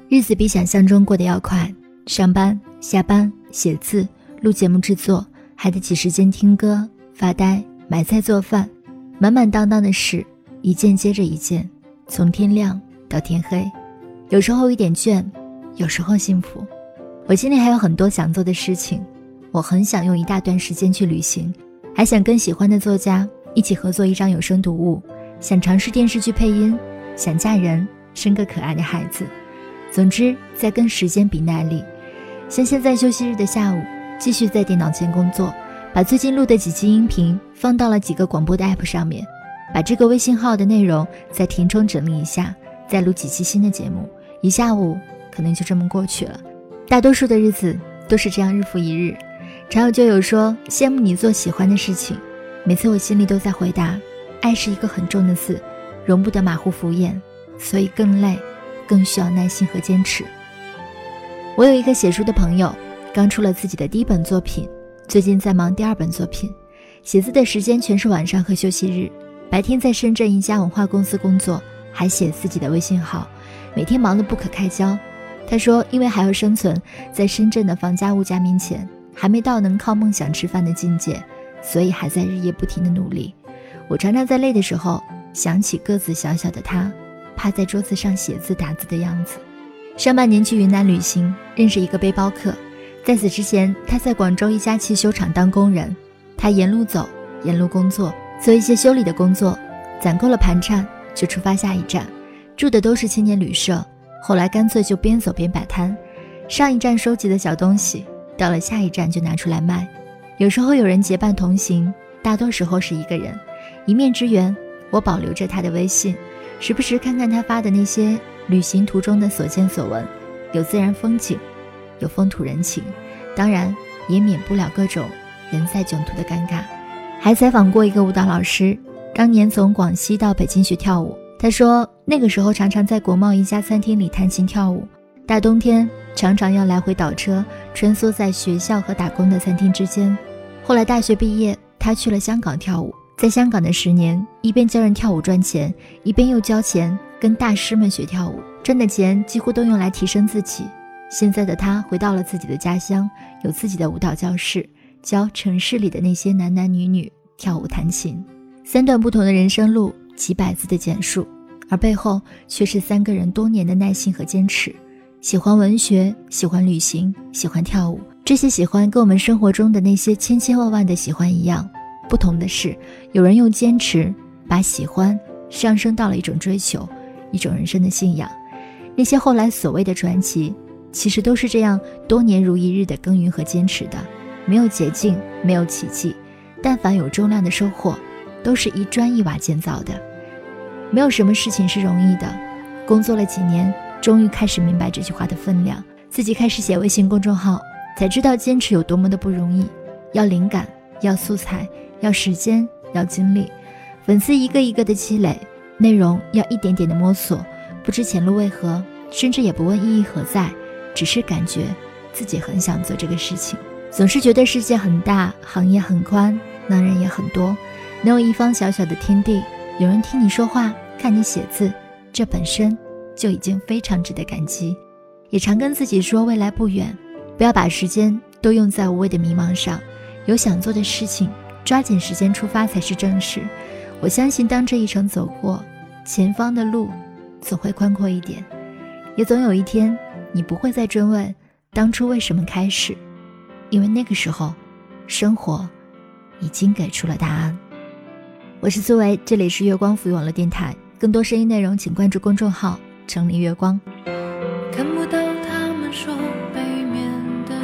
日子比想象中过得要快，上班、下班、写字、录节目制作，还得挤时间听歌、发呆、买菜做饭，满满当当的事，一件接着一件，从天亮到天黑。有时候一点倦，有时候幸福。我心里还有很多想做的事情，我很想用一大段时间去旅行，还想跟喜欢的作家一起合作一张有声读物，想尝试电视剧配音，想嫁人，生个可爱的孩子。总之，在跟时间比耐力。像现在休息日的下午，继续在电脑前工作，把最近录的几期音频放到了几个广播的 app 上面，把这个微信号的内容再填充整理一下，再录几期新的节目，一下午可能就这么过去了。大多数的日子都是这样日复一日。常有就有说羡慕你做喜欢的事情，每次我心里都在回答，爱是一个很重的字，容不得马虎敷衍，所以更累，更需要耐心和坚持。我有一个写书的朋友，刚出了自己的第一本作品，最近在忙第二本作品，写字的时间全是晚上和休息日，白天在深圳一家文化公司工作，还写自己的微信号，每天忙得不可开交。他说因为还要生存，在深圳的房价物价面前，还没到能靠梦想吃饭的境界，所以还在日夜不停的努力。我常常在累的时候想起个子小小的他，趴在桌子上写字打字的样子。上半年去云南旅行，认识一个背包客，在此之前他在广州一家汽修厂当工人，他沿路走，沿路工作，做一些修理的工作，攒够了盘缠就出发下一站，住的都是青年旅社，后来干脆就边走边摆摊，上一站收集的小东西，到了下一站就拿出来卖。有时候有人结伴同行，大多时候是一个人。一面之缘，我保留着他的微信，时不时看看他发的那些旅行途中的所见所闻，有自然风景，有风土人情，当然也免不了各种人在囧途的尴尬。还采访过一个舞蹈老师，当年从广西到北京学跳舞，他说那个时候常常在国贸一家餐厅里弹琴跳舞，大冬天常常要来回倒车，穿梭在学校和打工的餐厅之间。后来大学毕业，他去了香港跳舞，在香港的10年，一边教人跳舞赚钱，一边又交钱跟大师们学跳舞，赚的钱几乎都用来提升自己。现在的他回到了自己的家乡，有自己的舞蹈教室，教城市里的那些男男女女跳舞弹琴。3段不同的人生路，几百字的简述，而背后却是3个人多年的耐心和坚持。喜欢文学，喜欢旅行，喜欢跳舞，这些喜欢跟我们生活中的那些千千万万的喜欢一样，不同的是，有人用坚持把喜欢上升到了一种追求，一种人生的信仰。那些后来所谓的传奇，其实都是这样多年如一日的耕耘和坚持的。没有捷径，没有奇迹，但凡有重量的收获，都是一砖一瓦建造的。没有什么事情是容易的，工作了几年，终于开始明白这句话的分量。自己开始写微信公众号，才知道坚持有多么的不容易，要灵感，要素材，要时间，要精力，粉丝一个一个的积累，内容要一点点的摸索，不知前路为何，甚至也不问意义何在，只是感觉自己很想做这个事情。总是觉得世界很大，行业很宽，能人也很多，能有一方小小的天地，有人听你说话，看你写字，这本身就已经非常值得感激。也常跟自己说未来不远，不要把时间都用在无谓的迷茫上，有想做的事情，抓紧时间出发才是正事。我相信当这一程走过，前方的路总会宽阔一点，也总有一天你不会再追问当初为什么开始，因为那个时候生活已经给出了答案。我是苏维，这里是月光浮语网络电台，更多声音内容请关注公众号城里月光。 看不到他们说背面的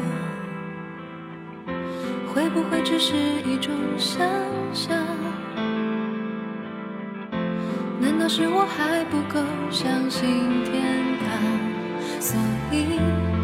果，会不会只是一种想象？难道是我还不够相信天堂，所以